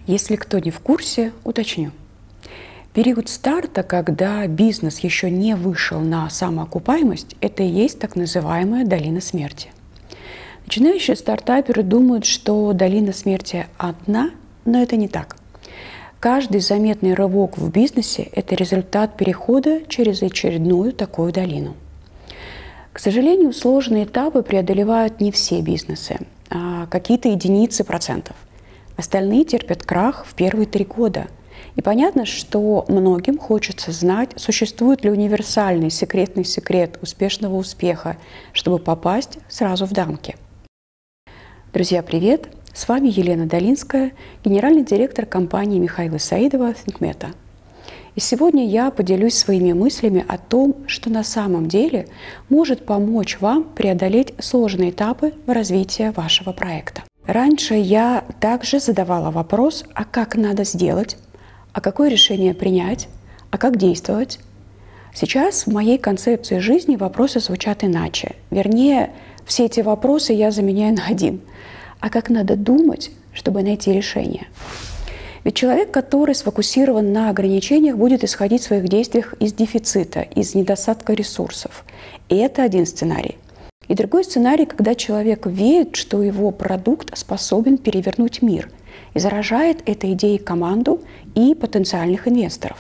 Если кто не в курсе, уточню. Период старта, когда бизнес еще не вышел на самоокупаемость, это и есть так называемая долина смерти. Начинающие стартаперы думают, что долина смерти одна, но это не так. Каждый заметный рывок в бизнесе – это результат перехода через очередную такую долину. К сожалению, сложные этапы преодолевают не все бизнесы, а какие-то единицы процентов. Остальные терпят крах в первые 3 года. И понятно, что многим хочется знать, существует ли универсальный секретный секрет успешного успеха, чтобы попасть сразу в дамки. Друзья, привет! С вами Елена Долинская, генеральный директор компании Михаила Саидова ThinkMeta. И сегодня я поделюсь своими мыслями о том, что на самом деле может помочь вам преодолеть сложные этапы в развитии вашего проекта. Раньше я также задавала вопрос, а как надо сделать, а какое решение принять, а как действовать. Сейчас в моей концепции жизни вопросы звучат иначе. Вернее, все эти вопросы я заменяю на один. А как надо думать, чтобы найти решение? Ведь человек, который сфокусирован на ограничениях, будет исходить в своих действиях из дефицита, из недостатка ресурсов. И это один сценарий. И другой сценарий, когда человек верит, что его продукт способен перевернуть мир и заражает этой идеей команду и потенциальных инвесторов.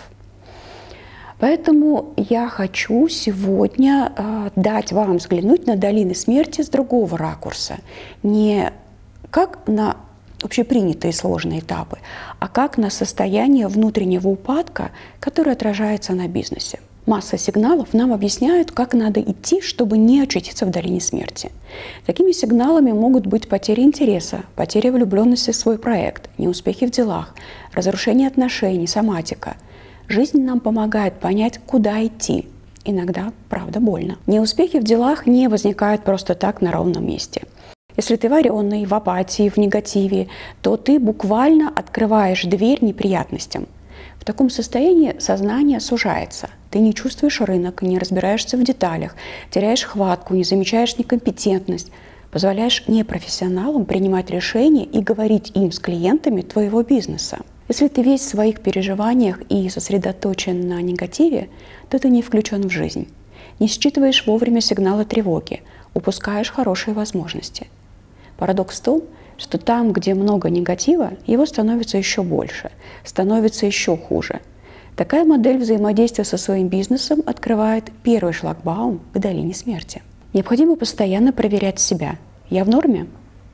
Поэтому я хочу сегодня дать вам взглянуть на долины смерти с другого ракурса. Не как на общепринятые сложные этапы, а как на состояние внутреннего упадка, которое отражается на бизнесе. Масса сигналов нам объясняют, как надо идти, чтобы не очутиться в долине смерти. Такими сигналами могут быть потеря интереса, потеря влюбленности в свой проект, неуспехи в делах, разрушение отношений, соматика. Жизнь нам помогает понять, куда идти. Иногда, правда, больно. Неуспехи в делах не возникают просто так на ровном месте. Если ты вареный, в апатии, в негативе, то ты буквально открываешь дверь неприятностям. В таком состоянии сознание сужается. Ты не чувствуешь рынок, не разбираешься в деталях, теряешь хватку, не замечаешь некомпетентность, позволяешь непрофессионалам принимать решения и говорить им с клиентами твоего бизнеса. Если ты весь в своих переживаниях и сосредоточен на негативе, то ты не включен в жизнь. Не считываешь вовремя сигналы тревоги, упускаешь хорошие возможности. Парадокс в том, что там, где много негатива, его становится еще больше, становится еще хуже. Такая модель взаимодействия со своим бизнесом открывает первый шлагбаум к долине смерти. Необходимо постоянно проверять себя. Я в норме?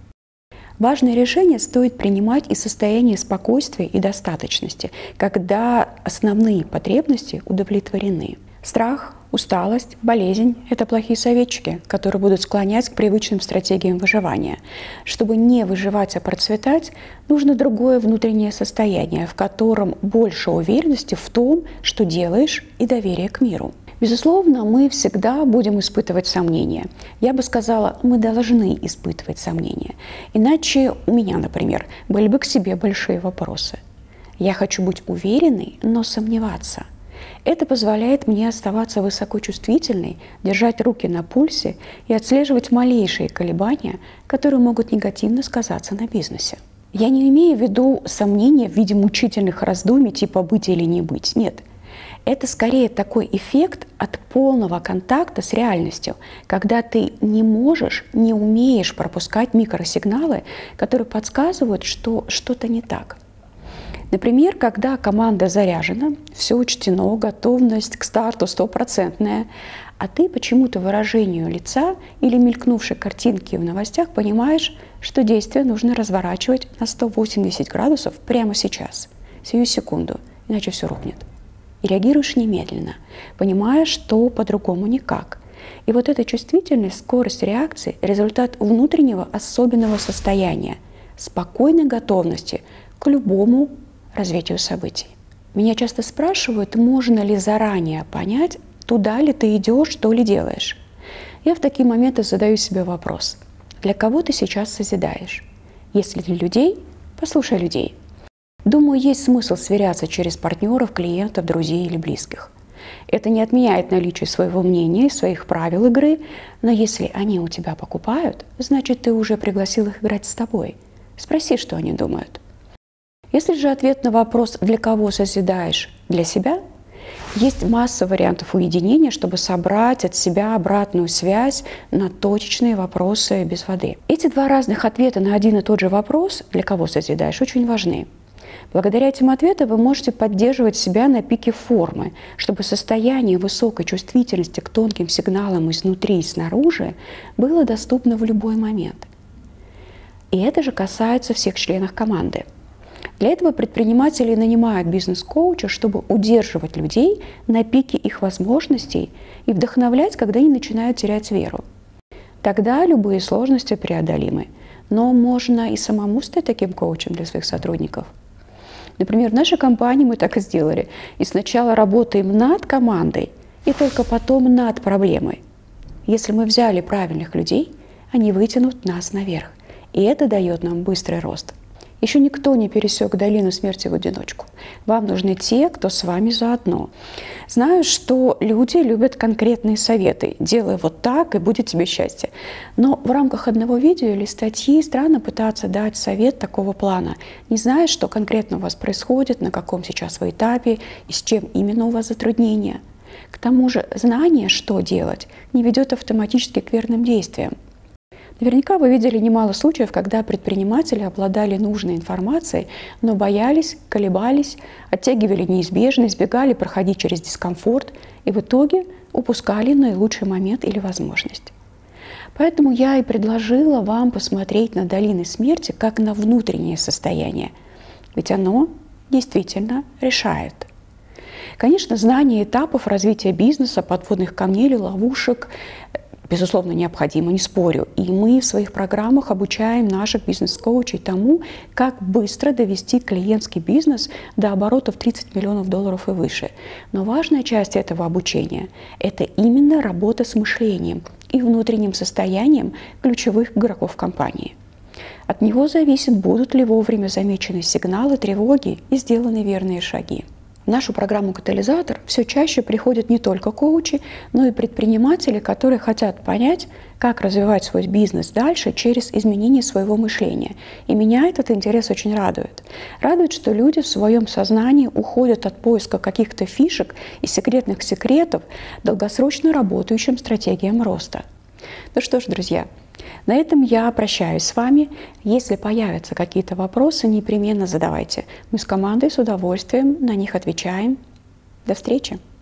Важные решения стоит принимать из состояния спокойствия и достаточности, когда основные потребности удовлетворены. Страх, усталость, болезнь – это плохие советчики, которые будут склонять к привычным стратегиям выживания. Чтобы не выживать, а процветать, нужно другое внутреннее состояние, в котором больше уверенности в том, что делаешь, и доверие к миру. Безусловно, мы всегда будем испытывать сомнения. Я бы сказала, мы должны испытывать сомнения. Иначе у меня, например, были бы к себе большие вопросы. Я хочу быть уверенной, но сомневаться. Это позволяет мне оставаться высокочувствительной, держать руки на пульсе и отслеживать малейшие колебания, которые могут негативно сказаться на бизнесе. Я не имею в виду сомнения в виде мучительных раздумий типа «быть или не быть». Нет. Это скорее такой эффект от полного контакта с реальностью, когда ты не можешь, не умеешь пропускать микросигналы, которые подсказывают, что что-то не так. Например, когда команда заряжена, все учтено, готовность к старту стопроцентная, а ты почему-то выражению лица или мелькнувшей картинки в новостях понимаешь, что действие нужно разворачивать на 180 градусов прямо сейчас, сию секунду, иначе все рухнет. И реагируешь немедленно, понимая, что по-другому никак. И вот эта чувствительность, скорость реакции – результат внутреннего особенного состояния, спокойной готовности к любому развитию событий. Меня часто спрашивают, можно ли заранее понять, туда ли ты идешь, что ли делаешь. Я в такие моменты задаю себе вопрос. Для кого ты сейчас созидаешь? Если для людей, послушай людей. Думаю, есть смысл сверяться через партнеров, клиентов, друзей или близких. Это не отменяет наличие своего мнения и своих правил игры, но если они у тебя покупают, значит, ты уже пригласил их играть с тобой. Спроси, что они думают. Если же ответ на вопрос «для кого созидаешь?» для себя, есть масса вариантов уединения, чтобы собрать от себя обратную связь на точечные вопросы без воды. Эти два разных ответа на один и тот же вопрос «для кого созидаешь?» очень важны. Благодаря этим ответам вы можете поддерживать себя на пике формы, чтобы состояние высокой чувствительности к тонким сигналам изнутри и снаружи было доступно в любой момент. И это же касается всех членов команды. Для этого предприниматели нанимают бизнес-коуча, чтобы удерживать людей на пике их возможностей и вдохновлять, когда они начинают терять веру. Тогда любые сложности преодолимы. Но можно и самому стать таким коучем для своих сотрудников. Например, в нашей компании мы так и сделали. И сначала работаем над командой, и только потом над проблемой. Если мы взяли правильных людей, они вытянут нас наверх. И это дает нам быстрый рост. Еще никто не пересек долину смерти в одиночку. Вам нужны те, кто с вами заодно. Знаю, что люди любят конкретные советы. Делай вот так, и будет тебе счастье. Но в рамках одного видео или статьи странно пытаться дать совет такого плана, не зная, что конкретно у вас происходит, на каком сейчас вы этапе и с чем именно у вас затруднения. К тому же знание, что делать, не ведет автоматически к верным действиям. Наверняка вы видели немало случаев, когда предприниматели обладали нужной информацией, но боялись, колебались, оттягивали неизбежное, избегали проходить через дискомфорт и в итоге упускали наилучший момент или возможность. Поэтому я и предложила вам посмотреть на долины смерти как на внутреннее состояние, ведь оно действительно решает. Конечно, знание этапов развития бизнеса, подводных камней или ловушек безусловно, необходимо, не спорю. И мы в своих программах обучаем наших бизнес-коучей тому, как быстро довести клиентский бизнес до оборотов 30 миллионов долларов и выше. Но важная часть этого обучения – это именно работа с мышлением и внутренним состоянием ключевых игроков компании. От него зависит, будут ли вовремя замечены сигналы тревоги и сделаны верные шаги. В нашу программу «Катализатор» все чаще приходят не только коучи, но и предприниматели, которые хотят понять, как развивать свой бизнес дальше через изменение своего мышления. И меня этот интерес очень радует. Радует, что люди в своем сознании уходят от поиска каких-то фишек и секретных секретов к долгосрочно работающим стратегиям роста. Ну что ж, друзья, на этом я прощаюсь с вами. Если появятся какие-то вопросы, непременно задавайте. Мы с командой с удовольствием на них отвечаем. До встречи!